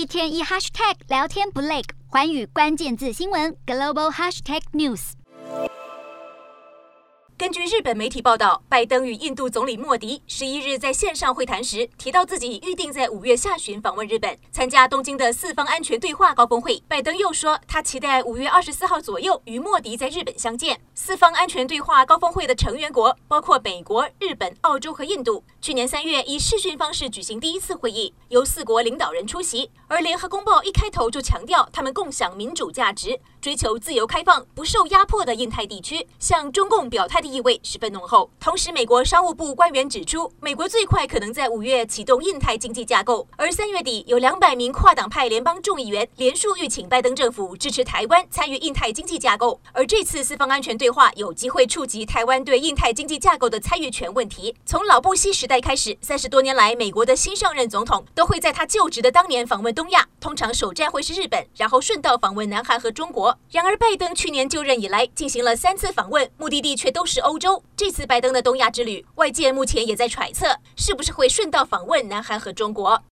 天一 hashtag 聊天不累，寰宇关键字新闻 global hashtag news。 根据日本媒体报道，拜登与印度总理莫迪11日在线上会谈时，提到自己预定在5月下旬访问日本，参加东京的四方安全对话高峰会。拜登又说，他期待5月24号左右与莫迪在日本相见。四方安全对话高峰会的成员国包括美国、日本、澳洲和印度。去年3月以视讯方式举行第一次会议，由4国领导人出席。而联合公报一开头就强调，他们共享民主价值，追求自由开放、不受压迫的印太地区，向中共表态的意味十分浓厚。同时，美国商务部官员指出，美国最快可能在5月启动印太经济架构，而3月底有200名跨党派联邦众议员联署吁请拜登政府支持台湾参与印太经济架构。而这次四方安全对话有机会触及台湾对印太经济架构的参与权问题。从老布希时代开始，30多年来，美国的新上任总统都会在他就职的当年访问东亚，通常首站会是日本，然后顺道访问南韩和中国。然而，拜登去年就任以来进行了3次访问，目的地却都是欧洲。这次拜登的东亚之旅，外界目前也在揣测，是不是会顺道访问南韩和中国。